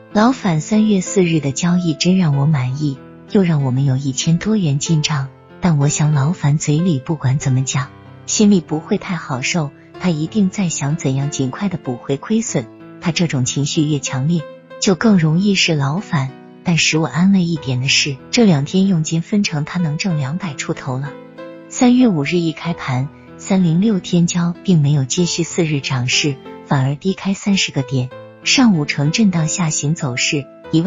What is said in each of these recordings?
老反3月4日的交易真让我满意，又让我们有1000多元进账，但我想老反嘴里不管怎么讲，心里不会太好受，他一定在想怎样尽快的补回亏损。他这种情绪越强烈，就更容易是老反。但使我安慰一点的是，这2天佣金分成他能挣200出头了。3月5日一开盘，306天骄并没有接续4日涨势，反而低开30个点，上午呈震荡下行走势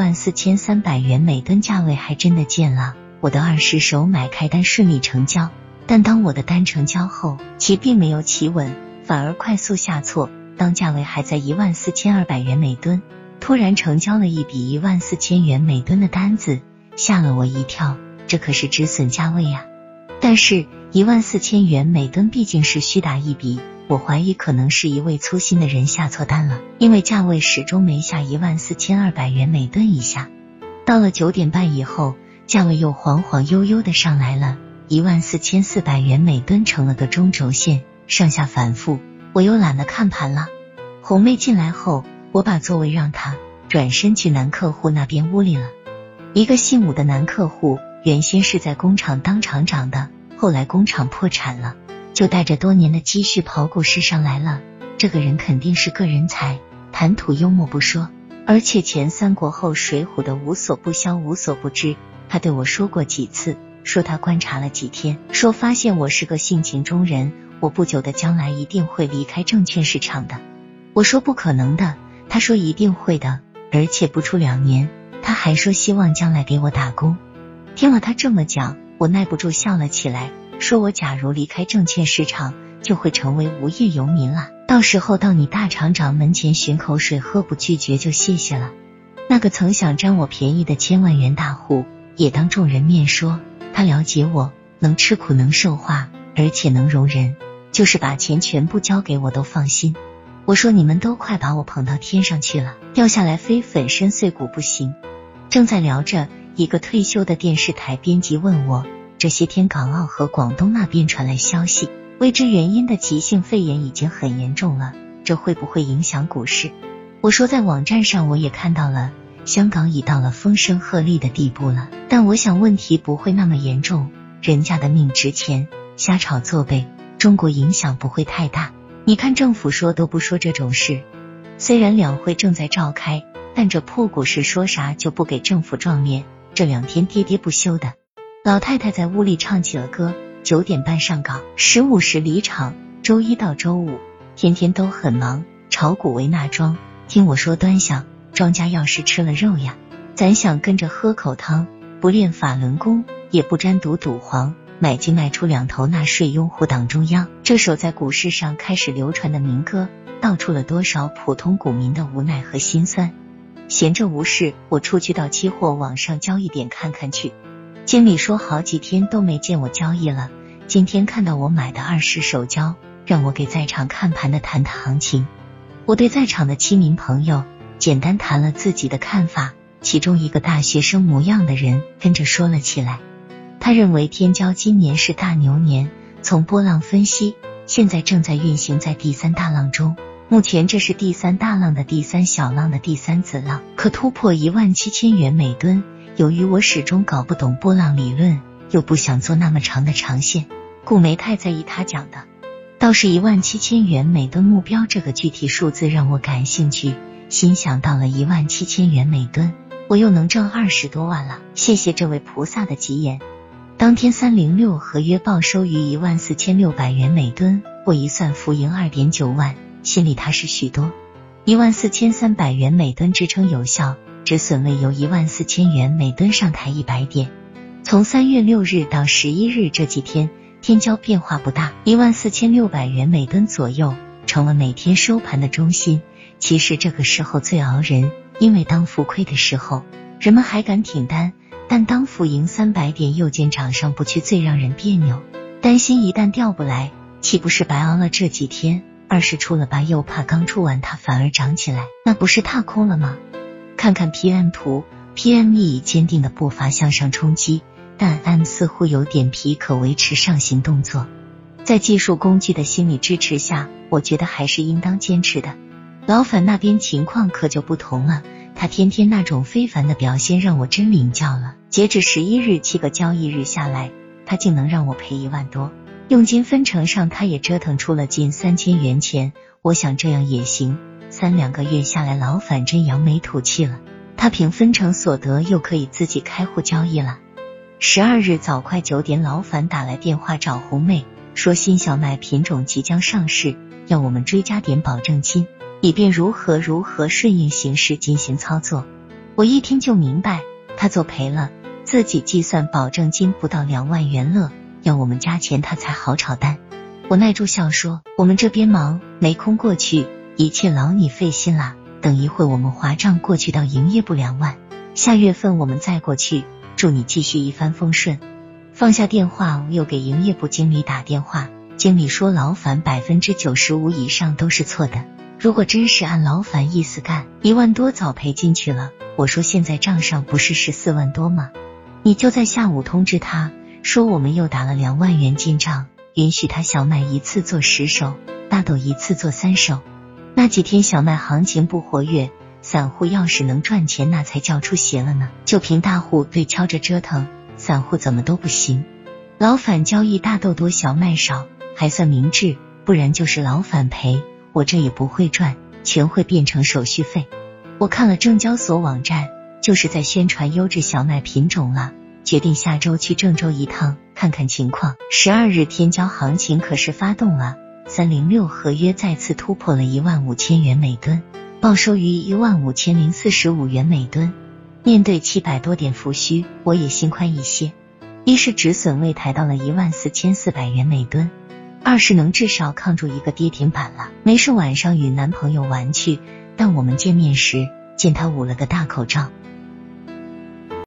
，14300元每吨价位还真的见了。我的20手买开单顺利成交，但当我的单成交后，其并没有企稳，反而快速下挫，当价位还在14200元每吨，突然成交了一笔14000元每吨的单子，吓了我一跳，这可是止损价位呀。但是14000元每吨毕竟是虚打一笔，我怀疑可能是一位粗心的人下错单了，因为价位始终没下14200元每吨以下。到了9点半以后，价位又晃晃悠悠的上来了，14400元每吨成了个中轴线，上下反复，我又懒得看盘了。红妹进来后，我把座位让她，转身去男客户那边屋里了。一个姓武的男客户，原先是在工厂当厂长的，后来工厂破产了，就带着多年的积蓄跑股市上来了。这个人肯定是个人才，谈吐幽默不说，而且前三国后水浒的无所不销无所不知。他对我说过几次，说他观察了几天，说发现我是个性情中人，我不久的将来一定会离开证券市场的。我说不可能的，他说一定会的，而且不出2年，他还说希望将来给我打工。听了他这么讲，我耐不住笑了起来，说我假如离开证券市场，就会成为无业游民了，到时候到你大厂长门前寻口水喝，不拒绝就谢谢了。那个曾想占我便宜的千万元大户也当众人面说，他了解我，能吃苦能受化，而且能容人，就是把钱全部交给我都放心。我说你们都快把我捧到天上去了，掉下来非粉身碎骨不行。正在聊着，一个退休的电视台编辑问我，这些天港澳和广东那边传来消息，未知原因的急性肺炎已经很严重了，这会不会影响股市？我说在网站上我也看到了，香港已到了风声鹤唳的地步了，但我想问题不会那么严重，人家的命值钱，瞎炒作呗，中国影响不会太大。你看政府说都不说这种事，虽然两会正在召开，但这破股市说啥就不给政府撞面，这2天喋喋不休的。老太太在屋里唱起了歌，9点半上岗，15时离场，周一到周五天天都很忙，炒股为那庄。听我说端详，庄家要是吃了肉呀，咱想跟着喝口汤，不练法轮功，也不沾赌赌黄，买进卖出2头纳税，拥护党中央。这首在股市上开始流传的民歌，道出了多少普通股民的无奈和心酸。闲着无事，我出去到期货网上交易点看看去。经理说好几天都没见我交易了，今天看到我买的20手交，让我给在场看盘的谈谈行情。我对在场的7名朋友简单谈了自己的看法，其中一个大学生模样的人跟着说了起来。他认为天骄今年是大牛年，从波浪分析，现在正在运行在第3大浪中，目前这是第3大浪的第3小浪的第3子浪，可突破17000元每吨。由于我始终搞不懂波浪理论，又不想做那么长的长线，故没太在意他讲的。倒是17000元每吨目标这个具体数字让我感兴趣，心想到了17000元每吨，我又能挣20多万了，谢谢这位菩萨的吉言。当天306合约报收于14600元每吨，我一算浮盈2.9万，心里踏实许多。14300元每吨支撑有效，止损位由14000元每吨上抬100点。从3月6日到11日这几天，天骄变化不大，14600元每吨左右，成了每天收盘的中心。其实这个时候最熬人，因为当浮亏的时候，人们还敢挺单，但当浮盈300点又见涨上不去，最让人别扭。担心一旦掉不来，岂不是白熬了这几天？二是出了吧，又怕刚出完它反而涨起来，那不是踏空了吗？看看 PM 图， PME 以坚定的步伐向上冲击，但 M 似乎有点疲，可维持上行动作。在技术工具的心理支持下，我觉得还是应当坚持的。老反那边情况可就不同了，他他天天那种非凡的表现让我真领教了。截止11日7个交易日下来，他竟能让我赔1万多，佣金分成上他也折腾出了近3000元钱。我想这样也行，2个月下来老反真扬眉吐气了，他凭分成所得又可以自己开户交易了。12日早快9点，老反打来电话找红妹，说新小麦品种即将上市，要我们追加点保证金，以便如何顺应形势进行操作。我一听就明白，他作赔了，自己计算保证金不到2万元了，要我们加钱他才好炒单。我耐住笑说，我们这边忙没空过去，一切劳你费心啦，等一会我们划账过去到营业部2万，下月份我们再过去，祝你继续一帆风顺。放下电话，我又给营业部经理打电话，经理说老反95%以上都是错的，如果真是按老反意思干，1万多早赔进去了。我说现在账上不是14万多吗？你就在下午通知他，说我们又打了2万元进账，允许他小麦一次做10手，大豆一次做3手。那几天小麦行情不活跃，散户要是能赚钱那才叫出血了呢，就凭大户对敲着折腾，散户怎么都不行。老反交易大豆多小麦少还算明智，不然就是老反赔，我这也不会赚，全会变成手续费。我看了证交所网站，就是在宣传优质小麦品种了，决定下周去郑州一趟看看情况。12日天交行情可是发动了，306合约再次突破了15000元每吨，报收于15045元每吨。面对700多点浮虚，我也心宽一些。一是止损位抬到了14400元每吨，二是能至少抗住一个跌停板了。没事晚上与男朋友玩去，但我们见面时见他捂了个大口罩，